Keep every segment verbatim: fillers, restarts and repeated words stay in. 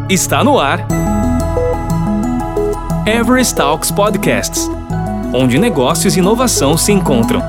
Está no ar Everest Talks Podcasts, onde negócios e inovação se encontram.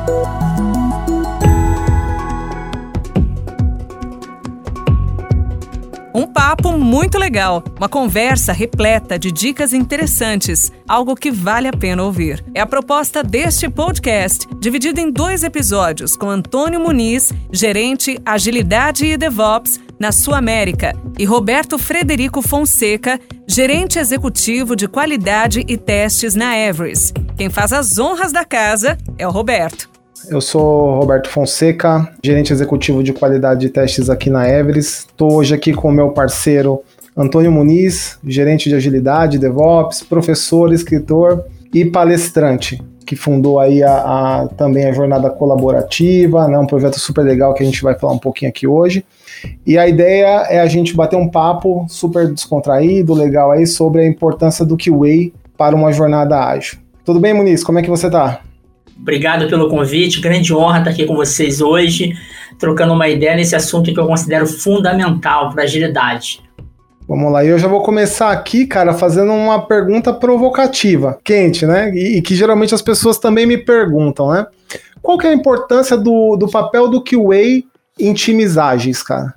Um papo muito legal, uma conversa repleta de dicas interessantes, algo que vale a pena ouvir. É a proposta deste podcast, dividido em dois episódios, com Antônio Muniz, gerente Agilidade e DevOps na Sul América, e Roberto Frederico Fonseca, gerente executivo de qualidade e testes na Everest. Quem faz as honras da casa é o Roberto. Eu sou Roberto Fonseca, gerente executivo de qualidade de testes aqui na Everest. Estou hoje aqui com o meu parceiro Antônio Muniz, gerente de agilidade, DevOps, professor, escritor e palestrante, que fundou aí a, a, também a Jornada Colaborativa, né, um projeto super legal que a gente vai falar um pouquinho aqui hoje. E a ideia é a gente bater um papo super descontraído, legal aí, sobre a importância do Q A para uma jornada ágil. Tudo bem, Muniz? Como é que você está? Obrigado pelo convite, grande honra estar aqui com vocês hoje, trocando uma ideia nesse assunto que eu considero fundamental para a agilidade. Vamos lá, eu já vou começar aqui, cara, fazendo uma pergunta provocativa, quente, né? E, e que geralmente as pessoas também me perguntam, né? Qual que é a importância do, do papel do Q A em times ágeis, cara?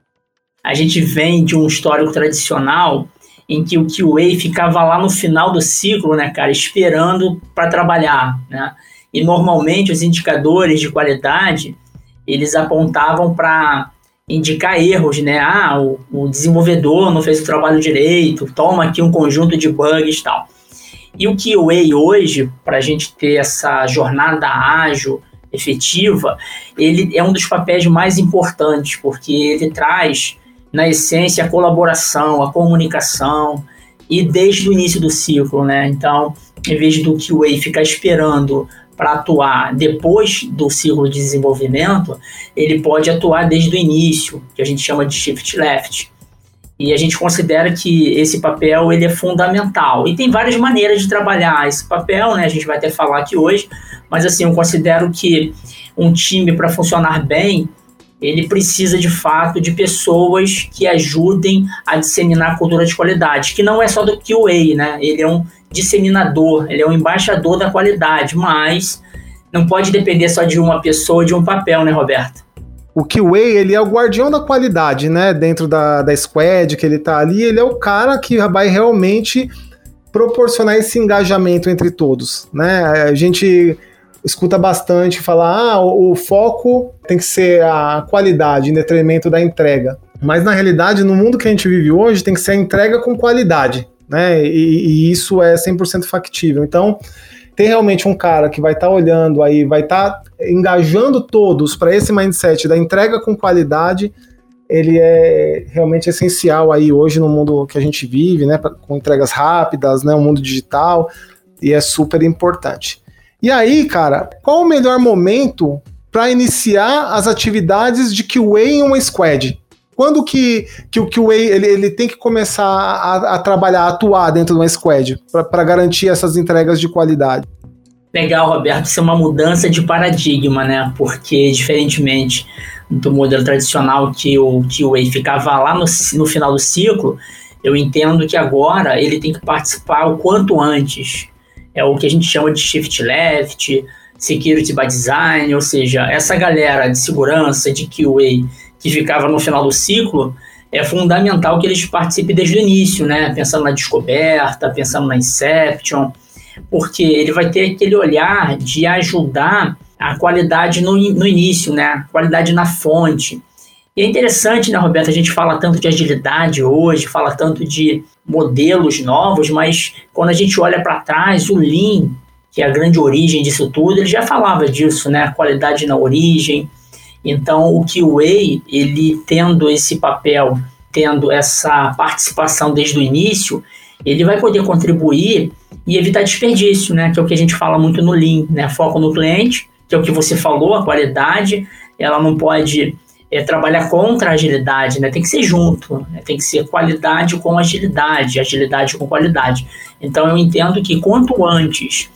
A gente vem de um histórico tradicional em que o Q A ficava lá no final do ciclo, né, cara, esperando para trabalhar, né? E normalmente os indicadores de qualidade, eles apontavam para indicar erros, né? Ah, o, o desenvolvedor não fez o trabalho direito, toma aqui um conjunto de bugs e tal. E o Q A hoje, para a gente ter essa jornada ágil, efetiva, ele é um dos papéis mais importantes, porque ele traz, na essência, a colaboração, a comunicação, e desde o início do ciclo, né? Então, em vez do Q A ficar esperando para atuar depois do ciclo de desenvolvimento, ele pode atuar desde o início, que a gente chama de shift left. E a gente considera que esse papel ele é fundamental. E tem várias maneiras de trabalhar esse papel, né? A gente vai até falar aqui hoje, mas assim, eu considero que um time, para funcionar bem, ele precisa de fato de pessoas que ajudem a disseminar a cultura de qualidade, que não é só do Q A, né? Ele é um disseminador, ele é um embaixador da qualidade, mas não pode depender só de uma pessoa, de um papel, né, Roberto? O Q A, ele é o guardião da qualidade, né? Dentro da, da squad que ele tá ali, ele é o cara que vai realmente proporcionar esse engajamento entre todos, né? A gente escuta bastante falar, ah, o, o foco tem que ser a qualidade em detrimento da entrega. Mas, na realidade, no mundo que a gente vive hoje, tem que ser a entrega com qualidade, né? E, e isso é cem por cento factível. Então, tem realmente um cara que vai estar tá olhando aí, vai estar tá engajando todos para esse mindset da entrega com qualidade, ele é realmente essencial aí hoje no mundo que a gente vive, né? Com entregas rápidas, né? O mundo digital, e é super importante. E aí, cara, qual o melhor momento para iniciar as atividades de Q A em uma squad? Quando que, que o Q A ele, ele tem que começar a, a trabalhar, a atuar dentro de uma squad para garantir essas entregas de qualidade? Legal, Roberto, isso é uma mudança de paradigma, né? Porque, diferentemente do modelo tradicional que o Q A ficava lá no, no final do ciclo, eu entendo que agora ele tem que participar o quanto antes. É o que a gente chama de shift left, security by design, ou seja, essa galera de segurança, de Q A, que ficava no final do ciclo, é fundamental que eles participem desde o início, né? Pensando na descoberta, pensando na inception, porque ele vai ter aquele olhar de ajudar a qualidade no, no início, né? Qualidade na fonte. E é interessante, né, Roberto? A gente fala tanto de agilidade hoje, fala tanto de modelos novos, mas quando a gente olha para trás, o Lean, que é a grande origem disso tudo, ele já falava disso, né? Qualidade na origem. Então, o Q A, ele tendo esse papel, tendo essa participação desde o início, ele vai poder contribuir e evitar desperdício, né? Que é o que a gente fala muito no Lean, né? Foco no cliente, que é o que você falou, a qualidade, ela não pode é, trabalhar contra a agilidade, né? Tem que ser junto, né? Tem que ser qualidade com agilidade, agilidade com qualidade. Então, eu entendo que quanto antes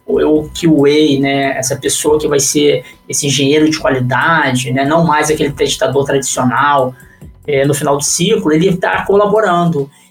o Q A, né, essa pessoa que vai ser esse engenheiro de qualidade, né, não mais aquele testador tradicional, é, no final do ciclo, ele está colaborando.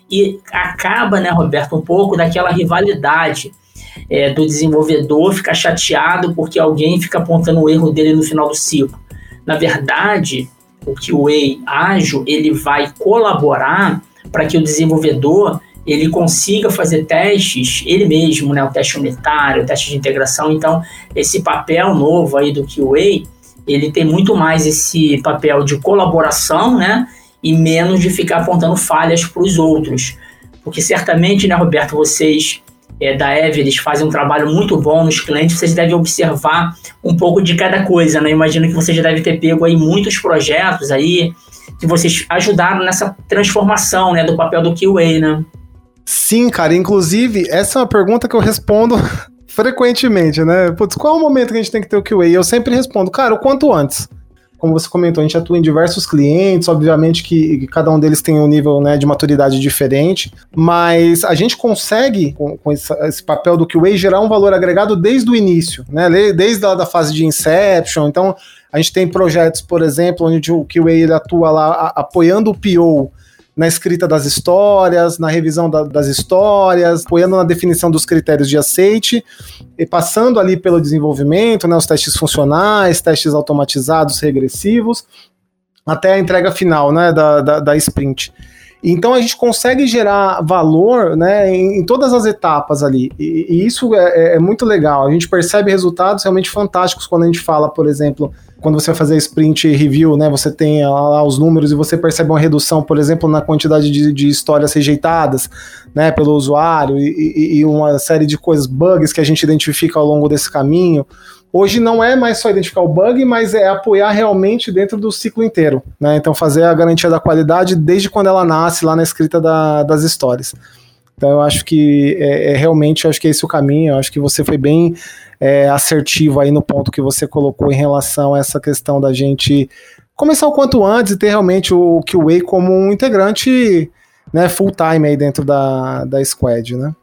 e acaba, né, Roberto, um pouco daquela rivalidade é, do desenvolvedor ficar chateado porque alguém fica apontando o erro dele no final do ciclo. Na verdade, o Q A ágil, ele vai colaborar para que o desenvolvedor ele consiga fazer testes, ele mesmo, né, o teste unitário, o teste de integração. Então, esse papel novo aí do Q A, ele tem muito mais esse papel de colaboração, né, e menos de ficar apontando falhas para os outros. Porque certamente, né, Roberto, vocês é, da Everest fazem um trabalho muito bom nos clientes, vocês devem observar um pouco de cada coisa, né? Imagino que você já deve ter pego aí muitos projetos aí que vocês ajudaram nessa transformação, né, do papel do Q A, né? Sim, cara, inclusive, essa é uma pergunta que eu respondo frequentemente, né? Putz, qual é o momento que a gente tem que ter o Q A? Eu sempre respondo, cara, o quanto antes. Como você comentou, a gente atua em diversos clientes, obviamente que, que cada um deles tem um nível, né, de maturidade diferente, mas a gente consegue, com, com esse, esse papel do Q A, gerar um valor agregado desde o início, né, desde a da fase de inception. Então, a gente tem projetos, por exemplo, onde o Q A ele atua lá a, apoiando o P O na escrita das histórias, na revisão da, das histórias, apoiando na definição dos critérios de aceite, e passando ali pelo desenvolvimento, né, os testes funcionais, testes automatizados, regressivos, até a entrega final, né, da, da, da sprint. Então a gente consegue gerar valor, né, em, em todas as etapas ali, e, e isso é, é muito legal. A gente percebe resultados realmente fantásticos quando a gente fala, por exemplo, quando você vai fazer sprint review, né, você tem lá os números e você percebe uma redução, por exemplo, na quantidade de, de histórias rejeitadas, né, pelo usuário, e, e, e uma série de coisas, bugs que a gente identifica ao longo desse caminho. Hoje não é mais só identificar o bug, mas é apoiar realmente dentro do ciclo inteiro, né? Então fazer a garantia da qualidade desde quando ela nasce lá na escrita da, das histórias. Então eu acho que é, é realmente, eu acho que esse é o caminho. Eu acho que você foi bem é, assertivo aí no ponto que você colocou em relação a essa questão da gente começar o quanto antes e ter realmente o Q A como um integrante, né, full time aí dentro da, da squad, né?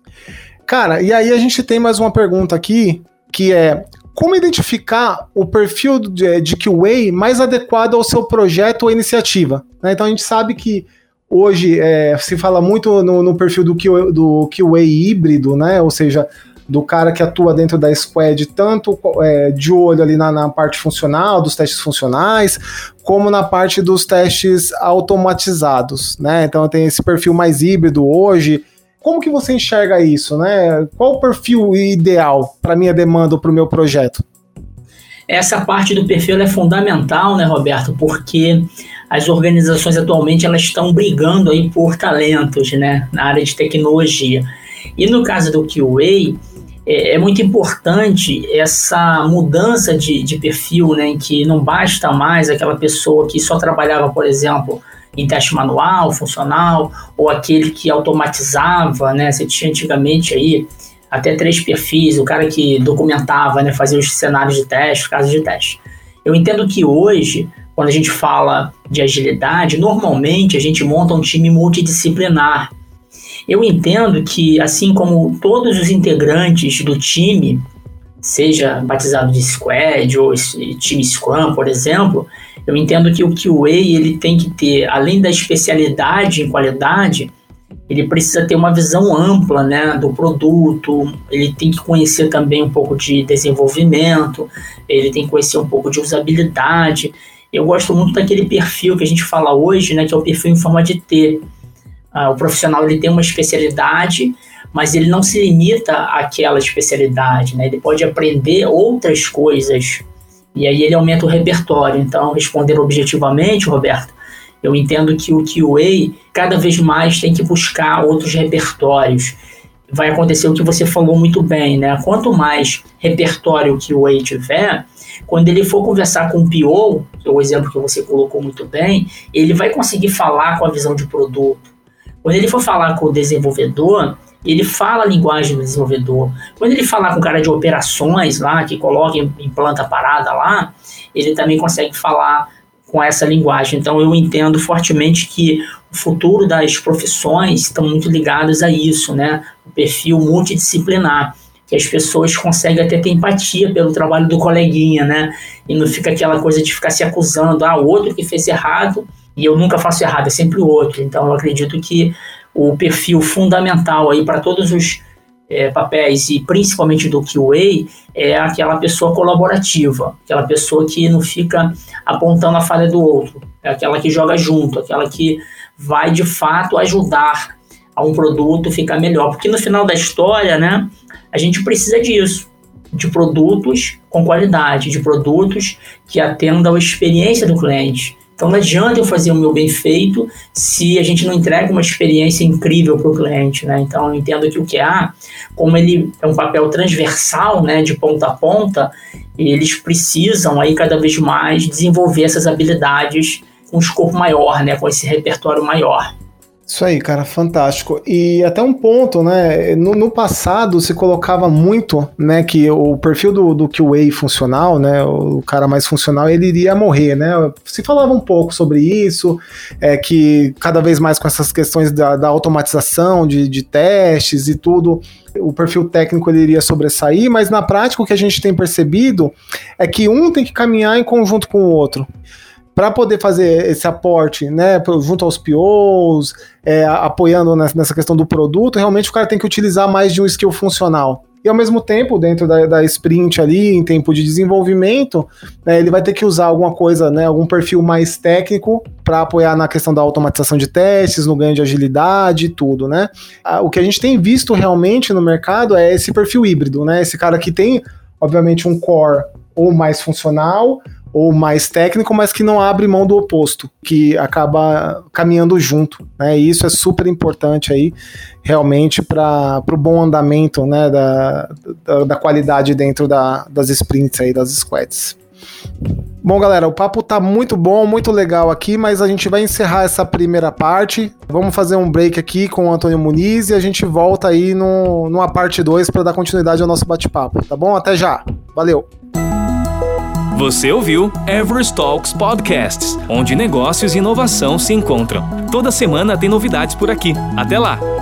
Cara, e aí a gente tem mais uma pergunta aqui, que é: como identificar o perfil de, de Q A mais adequado ao seu projeto ou iniciativa? Né? Então a gente sabe que hoje é, se fala muito no, no perfil do Q A, do Q A híbrido, né? Ou seja, do cara que atua dentro da squad, tanto é, de olho ali na, na parte funcional, dos testes funcionais, como na parte dos testes automatizados, né? Então tem esse perfil mais híbrido hoje. Como que você enxerga isso, né? Qual o perfil ideal para a minha demanda ou para o meu projeto? Essa parte do perfil é fundamental, né, Roberto? Porque as organizações atualmente elas estão brigando aí por talentos, né, na área de tecnologia. E no caso do Q A, é, é muito importante essa mudança de, de perfil, né, em que não basta mais aquela pessoa que só trabalhava, por exemplo, em teste manual, funcional, ou aquele que automatizava, né? Você tinha antigamente aí até três perfis, o cara que documentava, né, fazia os cenários de teste, casos de teste. Eu entendo que hoje, quando a gente fala de agilidade, normalmente a gente monta um time multidisciplinar. Eu entendo que, assim como todos os integrantes do time, seja batizado de Squad ou time Scrum, por exemplo, eu entendo que o Q A ele tem que ter, além da especialidade em qualidade, ele precisa ter uma visão ampla, né, do produto, ele tem que conhecer também um pouco de desenvolvimento, ele tem que conhecer um pouco de usabilidade. Eu gosto muito daquele perfil que a gente fala hoje, né, que é o perfil em forma de T. Ah, o profissional ele tem uma especialidade, mas ele não se limita àquela especialidade, né? Ele pode aprender outras coisas e aí ele aumenta o repertório. Então, respondendo objetivamente, Roberto, eu entendo que o Q A cada vez mais tem que buscar outros repertórios. Vai acontecer o que você falou muito bem, né? Quanto mais repertório o Q A tiver, quando ele for conversar com o P O, que é o exemplo que você colocou muito bem, ele vai conseguir falar com a visão de produto. Quando ele for falar com o desenvolvedor, ele fala a linguagem do desenvolvedor. Quando ele falar com o cara de operações lá, que coloca em planta parada lá, ele também consegue falar com essa linguagem. Então eu entendo fortemente que o futuro das profissões estão muito ligados a isso, né? O perfil multidisciplinar, que as pessoas conseguem até ter empatia pelo trabalho do coleguinha, né? E não fica aquela coisa de ficar se acusando, ah, o outro que fez errado, e eu nunca faço errado, é sempre o outro. Então eu acredito que o perfil fundamental aí para todos os é, papéis e principalmente do Q A é aquela pessoa colaborativa, aquela pessoa que não fica apontando a falha do outro, é aquela que joga junto, aquela que vai de fato ajudar a um produto ficar melhor, porque no final da história, né, a gente precisa disso, de produtos com qualidade, de produtos que atendam a experiência do cliente. Então não adianta eu fazer o meu bem feito se a gente não entrega uma experiência incrível para o cliente, né? Então eu entendo que o Q A, como ele é um papel transversal, né, de ponta a ponta, eles precisam aí cada vez mais desenvolver essas habilidades com um escopo maior, né, com esse repertório maior. Isso aí, cara, fantástico. E até um ponto, né, no, no passado se colocava muito, né, que o perfil do, do Q A funcional, né, o cara mais funcional, ele iria morrer, né, se falava um pouco sobre isso, é que cada vez mais com essas questões da, da automatização de, de testes e tudo, o perfil técnico ele iria sobressair, mas na prática o que a gente tem percebido é que um tem que caminhar em conjunto com o outro. Para poder fazer esse aporte, né, junto aos P Os, é, apoiando nessa questão do produto, realmente o cara tem que utilizar mais de um skill funcional. E ao mesmo tempo, dentro da, da sprint ali, em tempo de desenvolvimento, né, ele vai ter que usar alguma coisa, né, algum perfil mais técnico para apoiar na questão da automatização de testes, no ganho de agilidade e tudo, né. O que a gente tem visto realmente no mercado é esse perfil híbrido, né, esse cara que tem, obviamente, um core ou mais funcional, ou mais técnico, mas que não abre mão do oposto, que acaba caminhando junto, né? E isso é super importante aí, realmente, para o bom andamento, né, da, da, da qualidade dentro da, das sprints aí, das squads. Bom, galera, o papo tá muito bom, muito legal aqui, mas a gente vai encerrar essa primeira parte. Vamos fazer um break aqui com o Antônio Muniz e a gente volta aí no, numa parte dois para dar continuidade ao nosso bate-papo, tá bom? Até já! Valeu! Você ouviu Everest Talks Podcasts, onde negócios e inovação se encontram. Toda semana tem novidades por aqui. Até lá!